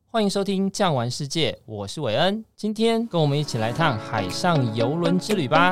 欢迎收听酱玩世界，我是韦恩。今天跟我们一起来趟海上邮轮之旅吧。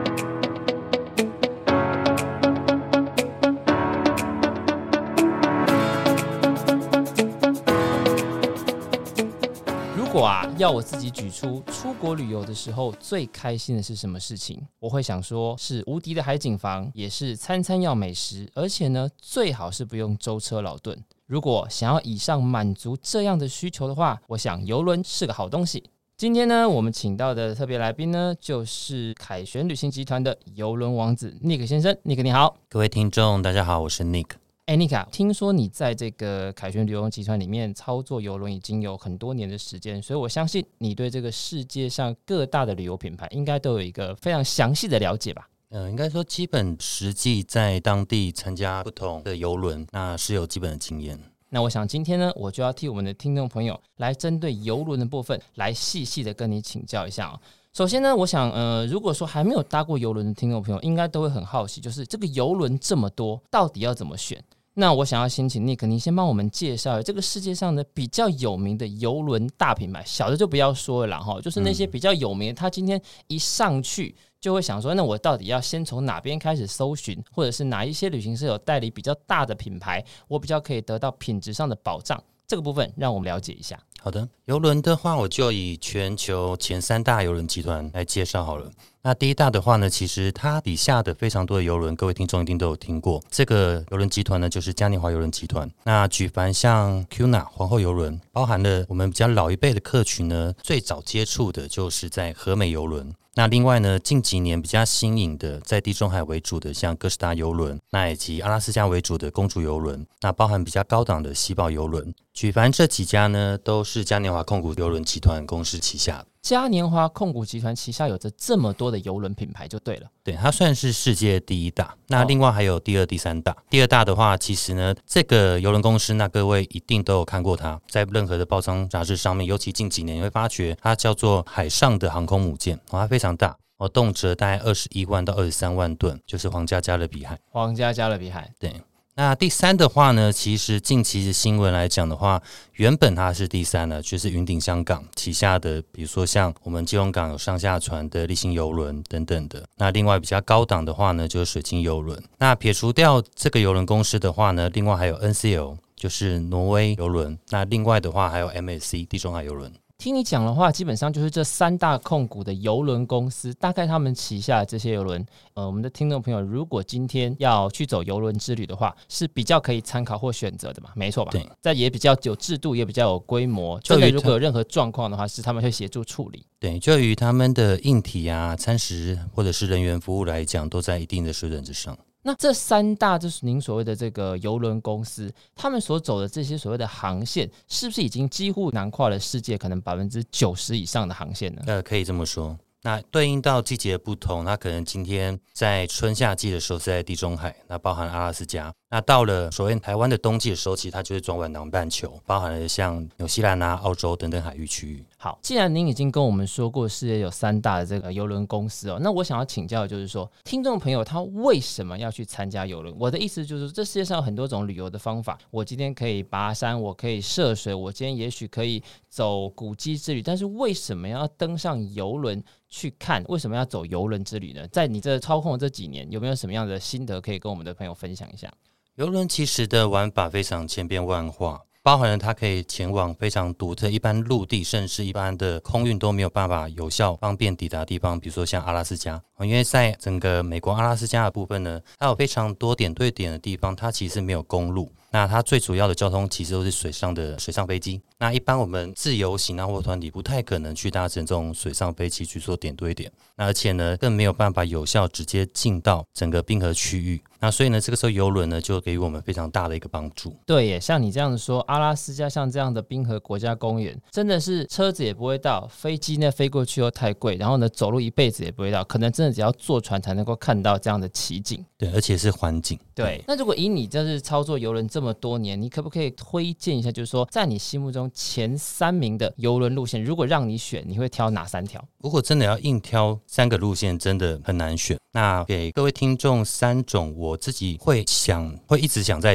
如果要我自己举出出国旅游的时候最开心的是什么事情，我会想说是无敌的海景房，也是餐餐要美食，而且呢最好是不用舟车劳顿。如果想要以上满足这样的需求的话，我想邮轮是个好东西。今天呢，我们请到的特别来宾呢，就是凯旋旅行集团的邮轮王子 Nick 先生。Nick 你好。 各位听众大家好，我是 Nick。 Nick 听说你在这个凯旋旅游集团里面操作邮轮已经有很多年的时间，所以我相信你对这个世界上各大的旅游品牌应该都有一个非常详细的了解吧？ 应该说基本实际在当地参加不同的邮轮，那是有基本的经验。 那我想今天呢，我就要替我们的听众朋友来针对邮轮的部分来细细的跟你请教一下哦。首先呢，我想如果说还没有搭过邮轮的听众朋友，应该都会很好奇，就是这个邮轮这么多，到底要怎么选？那我想要先请 Nick 你先帮我们介绍这个世界上的比较有名的邮轮大品牌，小的就不要说了啦，就是那些比较有名的，他今天一上去就会想说，那我到底要先从哪边开始搜寻，或者是哪一些旅行社有代理比较大的品牌，我比较可以得到品质上的保障，这个部分让我们了解一下。 好的，邮轮的话我就以全球前3大邮轮集团来介绍好了。那第一大的话呢，其实它底下的非常多的邮轮，各位听众一定都有听过。这个邮轮集团呢，就是嘉年华邮轮集团。那举凡像 Cunard 皇后邮轮，包含了我们比较老一辈的客群呢，最早接触的就是在和美邮轮。那另外呢，近几年比较新颖的，在地中海为主的像哥斯达邮轮，那以及阿拉斯加为主的公主邮轮，那包含比较高档的喜宝邮轮。举凡这几家呢，都是嘉年华控股邮轮集团公司旗下的。 嘉年华控股集团旗下有着这么多的邮轮品牌就对了。 对，它算是世界第一大。那另外还有第二、第三大。第二大的话，其实呢，这个邮轮公司，那各位一定都有看过它，在任何的报章杂志上面，尤其近几年你会发觉它叫做海上的航空母舰，它非常大，动辄大概21万到23万吨，就是皇家加勒比海。 皇家加勒比海， 对。那第三的话呢，其实近期的新闻来讲的话，原本它是第三呢，就是云顶香港旗下的，比如说像我们基隆港有上下船的丽星邮轮等等的。那另外比较高档的话呢，就是水晶邮轮。那撇除掉这个邮轮公司的话呢，另外还有 NCL， 就是挪威邮轮。那另外的话还有 MSC 地中海邮轮。 听你讲的话，基本上就是这3大控股的邮轮公司，大概他们旗下的这些邮轮，我们的听众朋友如果今天要去走邮轮之旅的话，是比较可以参考或选择的嘛？没错吧？ 对， 这也比较有制度，也比较有规模。真的如果有任何状况的话，是他们会协助处理。 对，就于他们的硬体餐食或者是人员服务来讲，都在一定的水准之上。 那这3大就是您所谓的这个邮轮公司，他们所走的这些所谓的航线，是不是已经几乎囊括了世界可能90%以上的航线呢？ 可以这么说。那对应到季节不同，那可能今天在春夏季的时候是在地中海，那包含阿拉斯加。那到了所谓台湾的冬季的时候，其实它就是转往南半球，包含了像纽西兰澳洲等等海域区域。 好，既然您已经跟我们说过世界有3大的这个邮轮公司那我想要请教的就是说，听众朋友他为什么要去参加邮轮？我的意思就是这世界上有很多种旅游的方法，我今天可以爬山，我可以涉水，我今天也许可以走古迹之旅，但是为什么要登上邮轮去看？为什么要走邮轮之旅呢？在你这操控的这几年，有没有什么样的心得可以跟我们的朋友分享一下？ 邮轮其实的玩法非常千变万化，包含了它可以前往非常独特，一般陆地甚至一般的空运都没有办法有效方便抵达的地方，比如说像阿拉斯加。因为在整个美国阿拉斯加的部分呢，它有非常多点对点的地方，它其实没有公路。那它最主要的交通其实都是水上飞机。那一般我们自由行或团体不太可能去搭乘这种水上飞机去做点对点。那而且呢，更没有办法有效直接进到整个冰河区域。那所以呢，这个时候邮轮呢就给予我们非常大的一个帮助。 对耶，像你这样子说，阿拉斯加像这样的冰河国家公园，真的是车子也不会到，飞机呢飞过去又太贵，然后呢走路一辈子也不会到，可能真的只要坐船才能够看到这样的奇景。 对，而且是环境。 对，那如果以你就是操作邮轮这么多年，你可不可以推荐一下，就是说在你心目中前3名的邮轮路线，如果让你选，你会挑哪3条？ 如果真的要硬挑3个路线，真的很难选。那给各位听众3种我自己会一直想再去，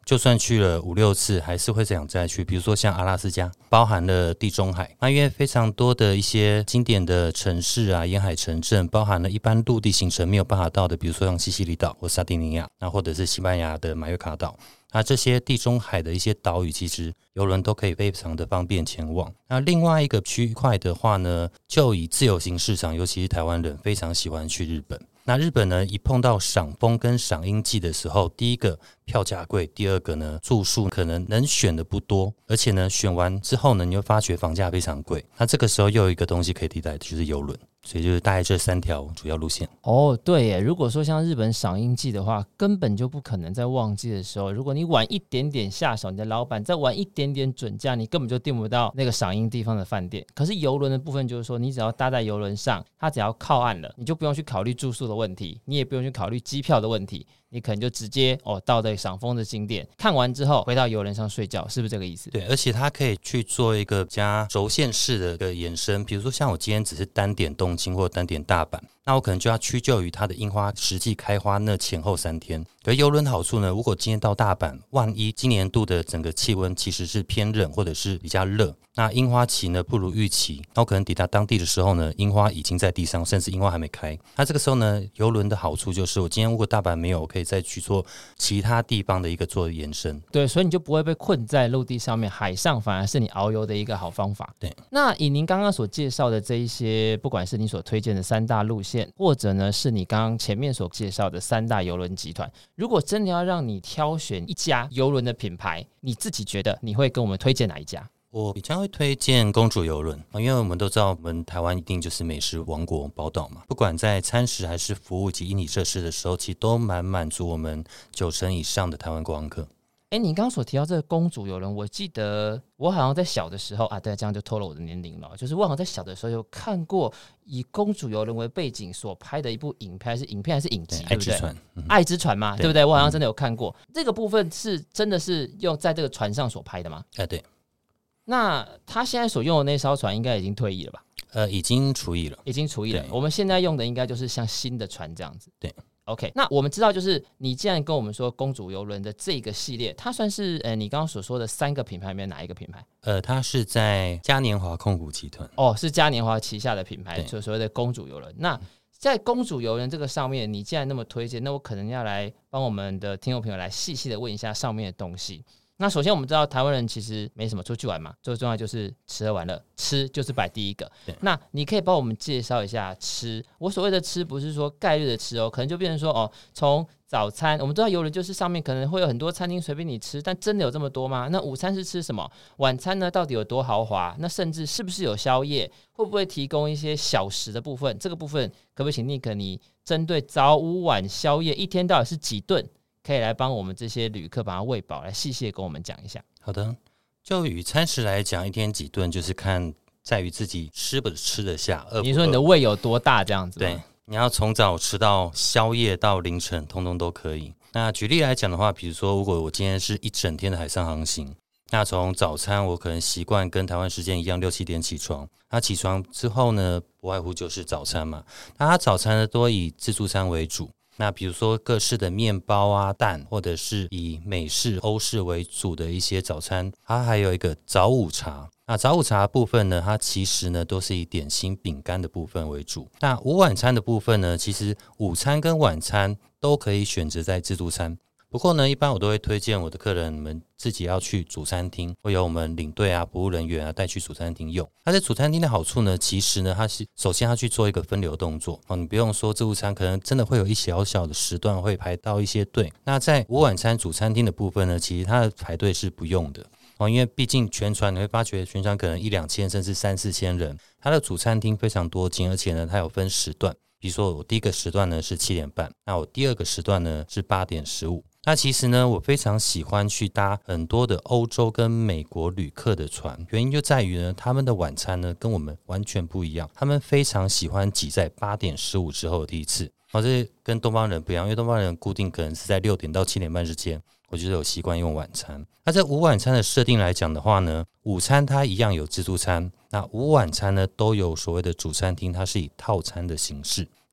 就算去了5-6次，还是会想再去。比如说像阿拉斯加，包含了地中海，那因为非常多的一些经典的城市啊，沿海城镇，包含了一般陆地行程没有办法到的，比如说像西西里岛或萨丁尼亚，那或者是西班牙的马约卡岛。那这些地中海的一些岛屿，其实邮轮都可以非常的方便前往。那另外一个区块的话呢，就以自由行市场，尤其是台湾人非常喜欢去日本。那日本呢，一碰到赏枫跟赏樱季的时候，第一个票价贵，第二个呢住宿可能选的不多，而且呢选完之后呢，你会发觉房价非常贵。那这个时候又有一个东西可以替代，就是邮轮。所以就是大概这3条主要路线。 哦，对耶，如果说像日本赏樱季的话，根本就不可能在旺季的时候，如果你晚一点点下手，你的老板再晚一点点准假，你根本就订不到那个赏樱地方的饭店。可是邮轮的部分就是说，你只要搭在邮轮上，它只要靠岸了，你就不用去考虑住宿的问题，你也不用去考虑机票的问题，你可能就直接到这个赏枫的景点，看完之后回到邮轮上睡觉，是不是这个意思？ 对，而且它可以去做一个比较轴线式的一个延伸，比如说像我今天只是单点东京或单点大阪，那我可能就要屈就于它的樱花实际开花那前后3天。而邮轮好处呢，如果今天到大阪，万一今年度的整个气温其实是偏冷或者是比较热，那樱花期呢不如预期，那我可能抵达当地的时候呢，樱花已经在地上，甚至樱花还没开。那这个时候呢，邮轮的好处就是我今天如果大阪没有，我可以再去做其他地方的一个做延伸。 对，所以你就不会被困在陆地上面，海上反而是你遨游的一个好方法。 对， 那以您刚刚所介绍的这一些，不管是你所推荐的3大路线，或者呢是你刚刚前面所介绍的3大邮轮集团，如果真的要让你挑选一家邮轮的品牌，你自己觉得你会跟我们推荐哪一家？ 我比较会推荐公主邮轮，因为我们都知道我们台湾一定就是美食王国宝岛嘛，不管在餐食还是服务及硬体设施的时候，其实都蛮满足我们90%以上的台湾观光客。 你刚刚所提到这个公主邮轮，我记得我好像在小的时候啊，对，这样就透露我的年龄了，就是我好像在小的时候有看过以公主邮轮为背景所拍的一部影片，还是影集，对不对？爱之船嘛，对不对？我好像真的有看过。这个部分是真的是用在这个船上所拍的吗？ 对。 那他现在所用的那艘船应该已经退役了吧？ 已经除役了。 已经除役了。我们现在用的应该就是像新的船这样子。 对。 OK， 那我们知道，就是你既然跟我们说公主邮轮的这个系列，它算是你刚刚所说的3个品牌里面哪一个品牌？ 它是在嘉年华控股集团。 是嘉年华旗下的品牌，所谓的公主邮轮。那在公主邮轮这个上面，你既然那么推荐，那我可能要来帮我们的听众朋友来细细的问一下上面的东西。那首先我们知道台湾人其实没什么出去玩嘛，最重要就是吃喝玩乐，吃就是摆第一个。那你可以帮我们介绍一下吃，我所谓的吃不是说概率的吃可能就变成说从早餐，我们知道邮轮就是上面可能会有很多餐厅随便你吃，但真的有这么多吗？那午餐是吃什么？晚餐呢到底有多豪华？那甚至是不是有宵夜？会不会提供一些小食的部分？这个部分可不可以请Nick你针对早午晚宵夜一天到底是几顿，可以来帮我们这些旅客把它喂饱，来细细的跟我们讲一下。 好的，就以餐食来讲，一天几顿就是看在于自己吃不吃得下，饿不饿。 你说你的胃有多大这样子吗？ 对，你要从早吃到宵夜到凌晨，通通都可以。那举例来讲的话，比如说如果我今天是一整天的海上航行，那从早餐我可能习惯跟台湾时间一样6-7点起床，那起床之后呢，不外乎就是早餐嘛。那它早餐呢都以自助餐为主，那比如说各式的面包啊、蛋，或者是以美式、欧式为主的一些早餐，它还有一个早午茶。那早午茶的部分呢，它其实呢都是以点心、饼干的部分为主。那午晚餐的部分呢，其实午餐跟晚餐都可以选择在自助餐。不过呢，一般我都会推荐我的客人们自己要去主餐厅，会有我们领队啊、服务人员啊带去主餐厅用。那在主餐厅的好处呢，其实呢，它是首先要去做一个分流动作你不用说自助餐可能真的会有一小小的时段会排到一些队。那在午晚餐主餐厅的部分呢，其实它的排队是不用的因为毕竟全船你会发觉全船可能1-2千甚至3-4千人，它的主餐厅非常多间，而且呢，它有分时段。比如说我第一个时段呢是7点半，那我第二个时段呢是8点15。那其实呢，我非常喜欢去搭很多的欧洲跟美国旅客的船，原因就在于呢，他们的晚餐呢跟我们完全不一样，他们非常喜欢挤在8点15之后的第一次。这跟东方人不一样，因为东方人固定可能是在6点到7点半之间，我觉得有习惯用晚餐。那在午晚餐的设定来讲的话呢，午餐它一样有自助餐，那午晚餐呢都有所谓的主餐厅，它是以套餐的形式。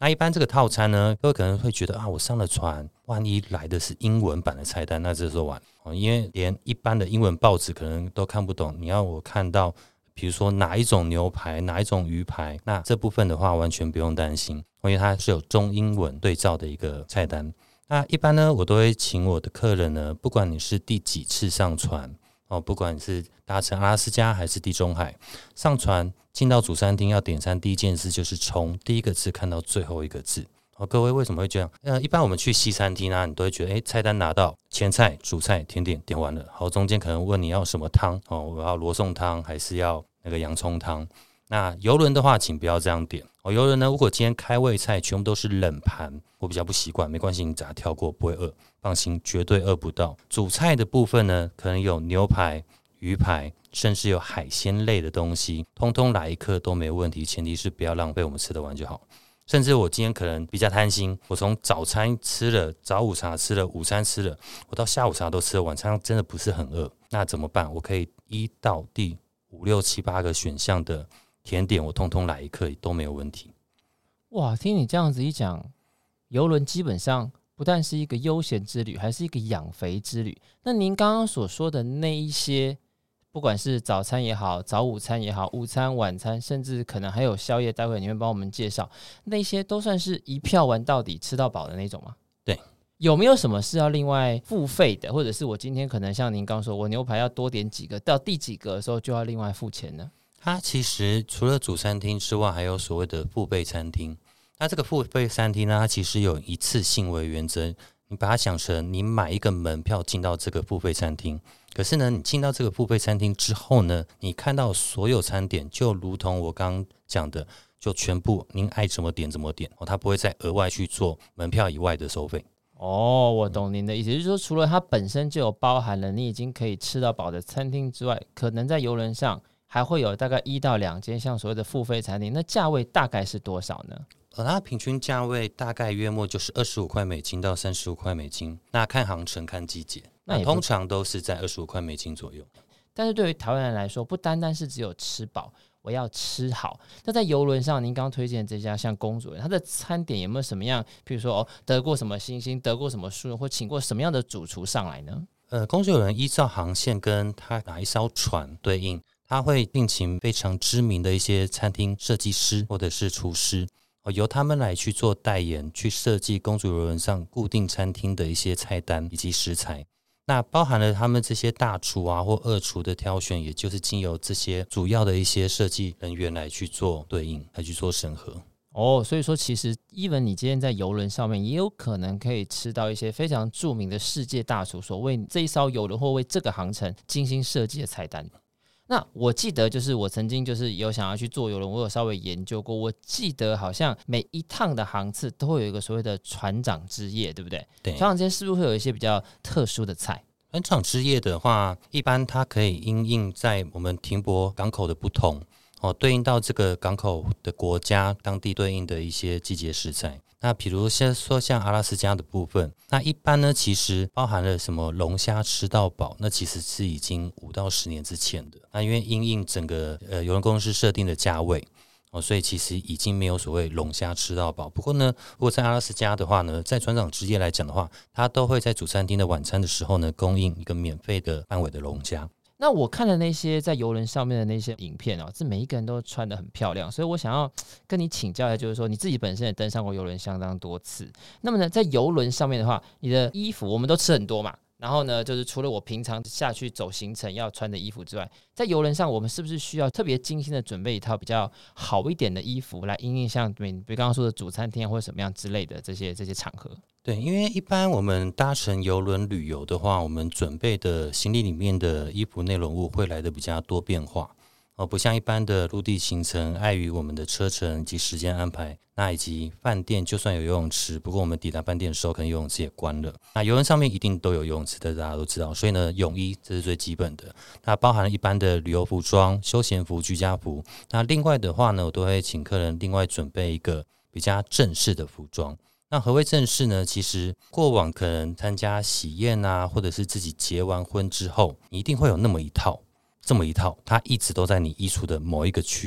那一般这个套餐呢，各位可能会觉得我上了船，万一来的是英文版的菜单，那这时候完，因为连一般的英文报纸可能都看不懂，你要我看到比如说哪一种牛排哪一种鱼排，那这部分的话完全不用担心，因为它是有中英文对照的一个菜单。那一般呢，我都会请我的客人呢，不管你是第几次上船不管你是搭乘阿拉斯加还是地中海，上船进到主餐厅要点餐，第一件事就是从第一个字看到最后一个字。各位为什么会这样？一般我们去西餐厅你都会觉得菜单拿到前菜主菜甜点点完了，好，中间可能问你要什么汤我要罗宋汤还是要那个洋葱汤。那邮轮的话请不要这样点邮轮呢，如果今天开胃菜全部都是冷盘，我比较不习惯，没关系，你只要跳过不会饿，放心，绝对饿不到。主菜的部分呢，可能有牛排鱼排甚至有海鲜类的东西，通通来一客都没问题，前提是不要浪费，我们吃得完就好。甚至我今天可能比较贪心，我从早餐吃了，早午茶吃了，午餐吃了，我到下午茶都吃了，晚餐真的不是很饿，那怎么办？我可以一到第5、6、7、8个选项的甜点，我通通来一客都没有问题。 哇，听你这样子一讲，邮轮基本上不但是一个悠闲之旅，还是一个养肥之旅。那您刚刚所说的那一些，不管是早餐也好，早午餐也好，午餐晚餐，甚至可能还有宵夜，待会你会帮我们介绍，那些都算是一票玩到底吃到饱的那种吗？ 对。 有没有什么是要另外付费的，或者是我今天可能像您刚说，我牛排要多点几个，到第几个的时候就要另外付钱呢？ 它其实除了主餐厅之外，还有所谓的付费餐厅。那这个付费餐厅呢，它其实有一次性为原则，你把它想成你买一个门票进到这个付费餐厅，可是呢，你进到这个付费餐厅之后呢，你看到所有餐点就如同我刚刚讲的，就全部您爱怎么点怎么点它不会再额外去做门票以外的收费。 我懂您的意思，就是说除了它本身就有包含了你已经可以吃到饱的餐厅之外，可能在邮轮上还会有大概1到2间像所谓的付费餐厅，那价位大概是多少呢？ 它平均价位大概约莫就是25块美金到35块美金，那看航程看季节，那通常都是在25块美金左右。 但是对于台湾人来说，不单单是只有吃饱，我要吃好。那在邮轮上，您刚刚推荐的这家像公主人，它的餐点有没有什么样，比如说得过什么星星，得过什么殊荣，或请过什么样的主厨上来呢？ 公主人依照航线跟它哪一艘船对应，它会聘请非常知名的一些餐厅设计师或者是厨师由他们来去做代言，去设计公主邮轮上固定餐厅的一些菜单以及食材。那包含了他们这些大厨或二厨的挑选，也就是经由这些主要的一些设计人员来去做对应，来去做审核。 所以说其实 even 你今天在邮轮上面也有可能可以吃到一些非常著名的世界大厨所为这一艘邮轮或为这个航程精心设计的菜单。那我记得就是我曾经就是有想要去坐邮轮，我有稍微研究过，我记得好像每一趟的航次都会有一个所谓的船长之夜，对不对？ 对。 船长之夜是不是会有一些比较特殊的菜？ 船长之夜的话，一般它可以因应在我们停泊港口的不同对应到这个港口的国家当地对应的一些季节食材。那比如说像阿拉斯加的部分，那一般呢其实包含了什么龙虾吃到饱，那其实是已经5到10年之前的。那因为因应整个邮轮公司设定的价位所以其实已经没有所谓龙虾吃到饱。不过呢，如果在阿拉斯加的话呢，在船长之夜来讲的话，它都会在主餐厅的晚餐的时候呢，供应一个免费的半尾的龙虾。 那我看了那些在邮轮上面的那些影片是每一个人都穿得很漂亮，所以我想要跟你请教一下，就是说你自己本身也登上过邮轮相当多次，那么呢，在邮轮上面的话，你的衣服我们都吃很多嘛，然后呢，就是除了我平常下去走行程要穿的衣服之外，在邮轮上我们是不是需要特别精心的准备一套比较好一点的衣服来因应像比如刚刚说的主餐厅或者什么样之类的这些场合？ 对，因为一般我们搭乘邮轮旅游的话，我们准备的行李里面的衣服内容物会来的比较多变化不像一般的陆地行程，碍于我们的车程以及时间安排，那以及饭店就算有游泳池，不过我们抵达饭店的时候可能游泳池也关了。那邮轮上面一定都有游泳池的，大家都知道，所以呢，泳衣这是最基本的。那包含了一般的旅游服装、休闲服、居家服。那另外的话呢，我都会请客人另外准备一个比较正式的服装。那何谓正式呢？其实过往可能参加喜宴或者是自己结完婚之后，你一定会有这么一套，它一直都在你衣橱的某一个区域。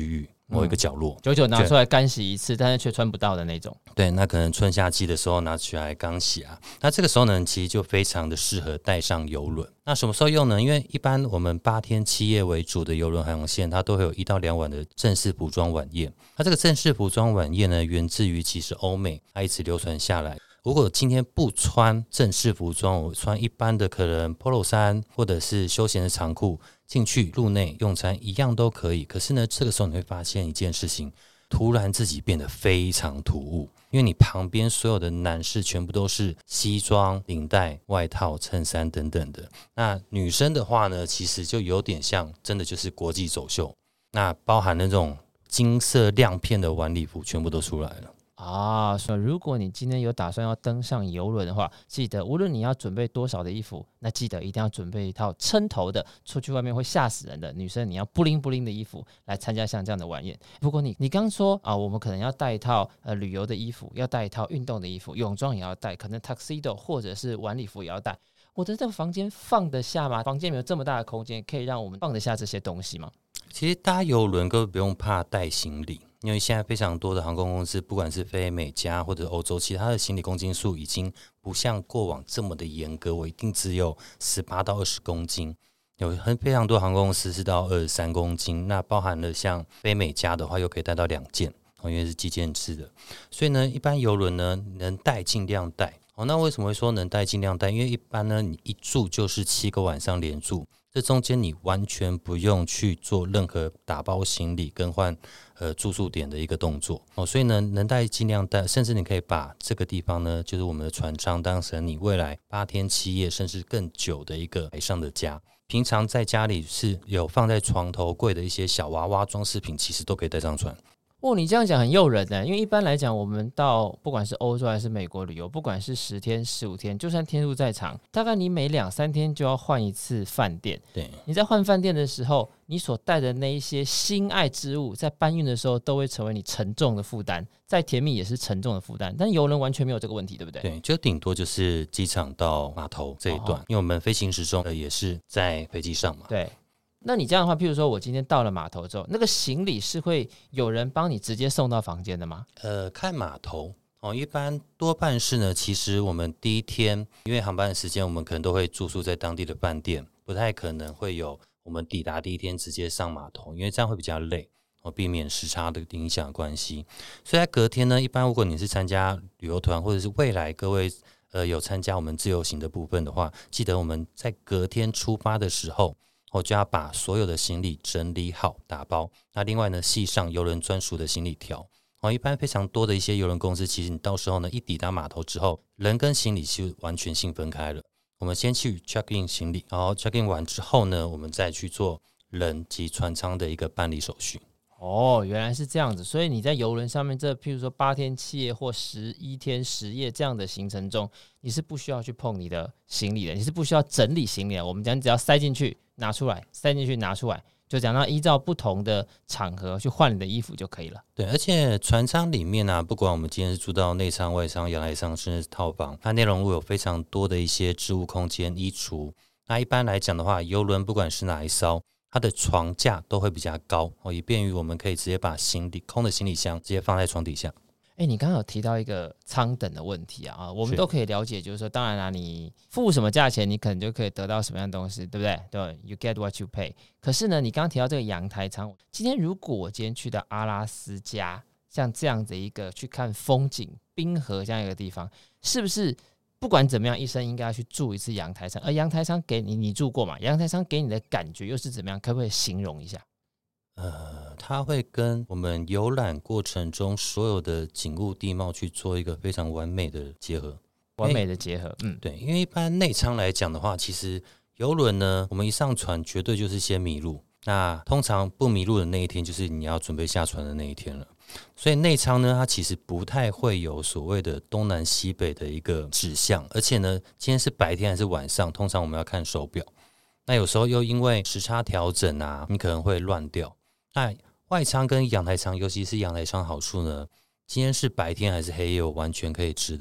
某一个角落， 久久拿出来干洗一次，但是却穿不到的那种。 对，那可能春夏季的时候拿出来刚洗啊，那这个时候呢，其实就非常的适合带上邮轮。那什么时候用呢？因为一般我们8天7夜为主的邮轮航线，它都会有1到2晚的正式服装晚宴。那这个正式服装晚宴呢，源自于其实欧美，它一直流传下来。如果今天不穿正式服装，我穿一般的可能 polo 衫或者是休闲的长裤进去路内用餐一样都可以。可是呢，这个时候你会发现一件事情，突然自己变得非常突兀，因为你旁边所有的男士全部都是西装、领带、外套、衬衫等等的。那女生的话呢，其实就有点像真的就是国际走秀，那包含那种金色亮片的晚礼服全部都出来了。 所以如果你今天有打算要登上邮轮的话，记得无论你要准备多少的衣服，那记得一定要准备一套撑头的，出去外面会吓死人的。女生你要布灵布灵的衣服来参加像这样的晚宴。如果你刚说我们可能要带一套旅游的衣服，要带一套运动的衣服，泳装也要带，可能 tuxedo 或者是晚礼服也要带。我的这个房间放得下吗？房间没有这么大的空间，可以让我们放得下这些东西吗？ 其实搭邮轮各位不用怕带行李，因为现在非常多的航空公司，不管是飞美加或者欧洲，其他的行李公斤数已经不像过往这么的严格，我一定只有18到20公斤，有非常多航空公司是到23公斤，那包含了像飞美加的话，又可以带到2件，因为是机件制的，所以呢，一般邮轮呢能带尽量带。那为什么会说能带尽量带？因为一般呢，你一住就是7个晚上连住，这中间你完全不用去做任何打包行李更换住宿点的一个动作所以呢，能带尽量带，甚至你可以把这个地方呢，就是我们的船舱当成你未来8天7夜甚至更久的一个海上的家。平常在家里是有放在床头柜的一些小娃娃装饰品，其实都可以带上船。 你这样讲很诱人的，因为一般来讲，我们到不管是欧洲还是美国旅游，不管是10天、15天，就算天数再长，大概你每2-3天就要换一次饭店。 对， 你在换饭店的时候，你所带的那一些心爱之物，在搬运的时候都会成为你沉重的负担，再甜蜜也是沉重的负担。但邮轮完全没有这个问题，对不对？ 对，就顶多就是机场到码头这一段，因为我们飞行时钟也是在飞机上嘛。 对。那你这样的话，譬如说我今天到了码头之后，那个行李是会有人帮你直接送到房间的吗？ 看码头一般多半是呢，其实我们第一天因为航班的时间，我们可能都会住宿在当地的饭店，不太可能会有我们抵达第一天直接上码头，因为这样会比较累避免时差的影响的关系。所以在隔天呢，一般如果你是参加旅游团，或者是未来各位有参加我们自由行的部分的话，记得我们在隔天出发的时候我就要把所有的行李整理好打包，那另外呢系上邮轮专属的行李条一般非常多的一些邮轮公司，其实你到时候呢一抵达码头之后，人跟行李是完全性分开了。我们先去 check in 行李，然后 check in 完之后呢，我们再去做人及船舱的一个办理手续。 原来是这样子。所以你在邮轮上面譬如说8天7夜或11天10夜这样的行程中，你是不需要去碰你的行李的，你是不需要整理行李的。我们讲只要塞进去拿出来，塞进去拿出来，就讲到依照不同的场合去换你的衣服就可以了。 对，而且船舱里面不管我们今天是住到内舱、外舱、阳台舱，甚至是套房，它内容物有非常多的一些置物空间、衣橱。那一般来讲的话，邮轮不管是哪一艘，它的床架都会比较高以便于我们可以直接把空的行李箱直接放在床底下。 你刚刚有提到一个舱等的问题我们都可以了解，就是说当然啦，你付什么价钱你可能就可以得到什么样的东西，对不对？对， you get what you pay。 可是呢，你刚刚提到这个阳台舱，今天如果我今天去到阿拉斯加像这样子一个去看风景冰河这样一个地方，是不是不管怎么样一生应该要去住一次阳台舱？而阳台舱给你住过嘛？阳台舱给你的感觉又是怎么样？可不可以形容一下？ 它会跟我们游览过程中所有的景物地貌去做一个非常完美的结合。 对， 因为一般内舱来讲的话，其实游轮呢，我们一上船绝对就是先迷路，那通常不迷路的那一天就是你要准备下船的那一天了。所以内舱呢，它其实不太会有所谓的东南西北的一个指向，而且呢，今天是白天还是晚上，通常我们要看手表。那有时候又因为时差调整你可能会乱掉。那外舱跟阳台舱，尤其是阳台舱好处呢，今天是白天还是黑夜，我完全可以知道。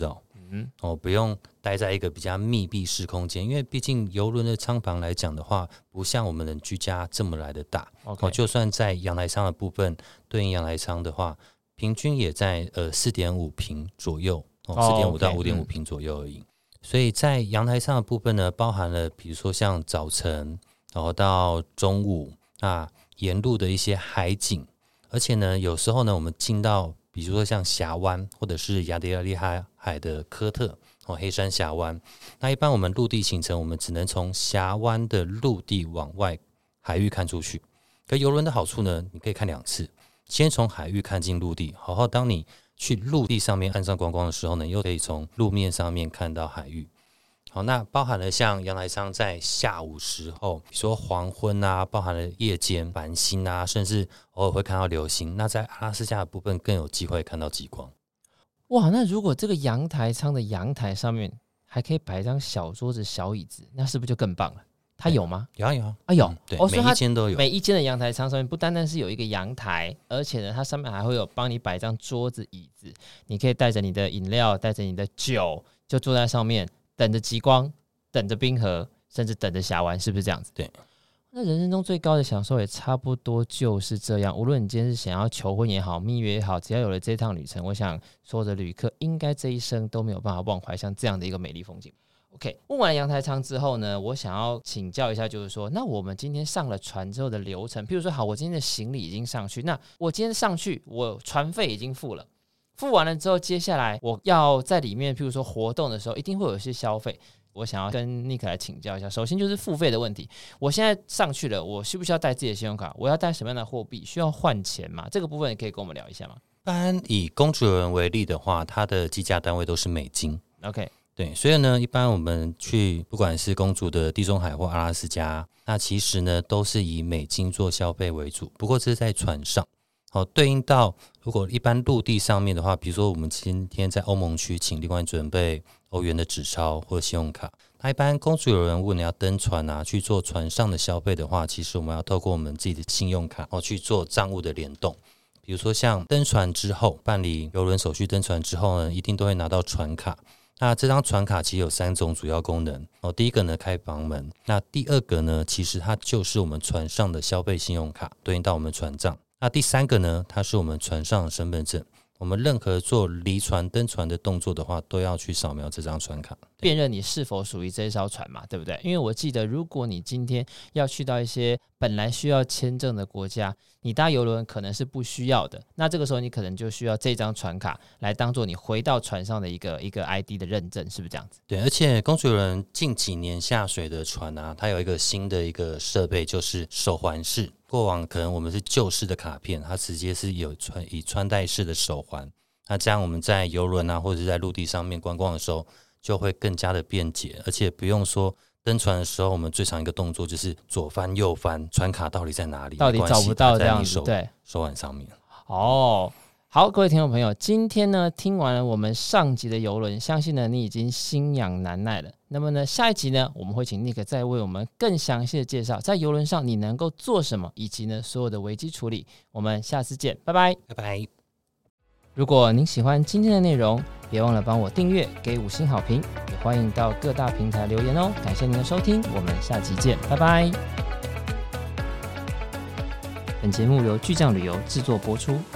不用待在一个比较密闭式空间，因为毕竟邮轮的舱房来讲的话，不像我们的居家这么来的大。就算在阳台舱的部分，对应阳台舱的话，平均也在4.5平左右，4.5到5.5平左右而已。所以在阳台舱的部分呢，包含了比如说像早晨，然后到中午，那沿路的一些海景，而且呢，有时候呢，我们进到比如说像峡湾，或者是亚得里亚海的科特黑山峡湾，那一般我们陆地行程，我们只能从峡湾的陆地往外海域看出去。可邮轮的好处呢，你可以看2次，先从海域看进陆地，好当你去陆地上面岸上观光的时候呢，又可以从路面上面看到海域。好，那包含了像阳台舱在下午时候，比如说黄昏啊，包含了夜间繁星啊，甚至偶尔会看到流星。那在阿拉斯加的部分更有机会看到极光。 哇，那如果这个阳台舱的阳台上面还可以摆一张小桌子、小椅子，那是不是就更棒了？它有吗？ 有啊， 有。 对，每一间都有。 每一间的阳台舱上面不单单是有一个阳台，而且呢，它上面还会有帮你摆一张桌子、椅子，你可以带着你的饮料，带着你的酒，就坐在上面。等着极光，等着冰河，甚至等着峡湾，是不是这样子？ 对。 那人生中最高的享受也差不多就是这样。无论你今天是想要求婚也好，蜜月也好，只要有了这趟旅程，我想所有的旅客应该这一生都没有办法忘怀像这样的一个美丽风景。OK， 问完阳台舱之后呢，我想要请教一下，就是说，那我们今天上了船之后的流程，譬如说，好，我今天的行李已经上去，那我今天上去，我船费已经付了。付完了之后，接下来我要在里面，譬如说活动的时候，一定会有一些消费。我想要跟 Nick 来请教一下。首先就是付费的问题，我现在上去了，我需不需要带自己的信用卡？我要带什么样的货币？需要换钱吗？这个部分你可以跟我们聊一下吗？ 一般以公主邮轮为例的话，它的计价单位都是美金。 OK， 对，所以呢，一般我们去不管是公主的地中海或阿拉斯加，那其实呢都是以美金做消费为主。不过这是在船上。对应到如果一般陆地上面的话，比如说我们今天在欧盟区，请另外准备欧元的纸钞或信用卡。那一般公主邮轮如果你要登船啊，去做船上的消费的话，其实我们要透过我们自己的信用卡去做账务的联动。比如说像登船之后办理邮轮手续，登船之后呢，一定都会拿到船卡。那这张船卡其实有3种主要功能第一个呢开房门，那第二个呢其实它就是我们船上的消费信用卡，对应到我们船账。那第3个呢，它是我们船上的身份证。我们任何做离船登船的动作的话，都要去扫描这张船卡， 辨认你是否属于这艘船嘛，对不对？因为我记得，如果你今天要去到一些本来需要签证的国家，你搭邮轮可能是不需要的，那这个时候你可能就需要这张船卡来当做你回到船上的一个 ID 的认证，是不是这样子？ 对，而且公主邮轮近几年下水的船啊，它有一个新的一个设备，就是手环式。过往可能我们是旧式的卡片，它直接是有以穿戴式的手环，那这样我们在邮轮啊或者是在陆地上面观光的时候就会更加的便捷，而且不用说登船的时候我们最常一个动作就是左翻右翻，船卡到底在哪里， 到底找不到这样子，对， 手腕上面。 好，各位听众朋友，今天呢听完了我们上集的邮轮，相信呢你已经心痒难耐了。那么呢下一集呢我们会请 Nick 再为我们更详细的介绍在邮轮上你能够做什么，以及呢所有的危机处理。我们下次见，拜拜， 拜拜。 如果您喜欢今天的内容，别忘了帮我订阅，给5星好评，也欢迎到各大平台留言哦。感谢您的收听，我们下集见，拜拜。本节目由巨匠旅游制作播出。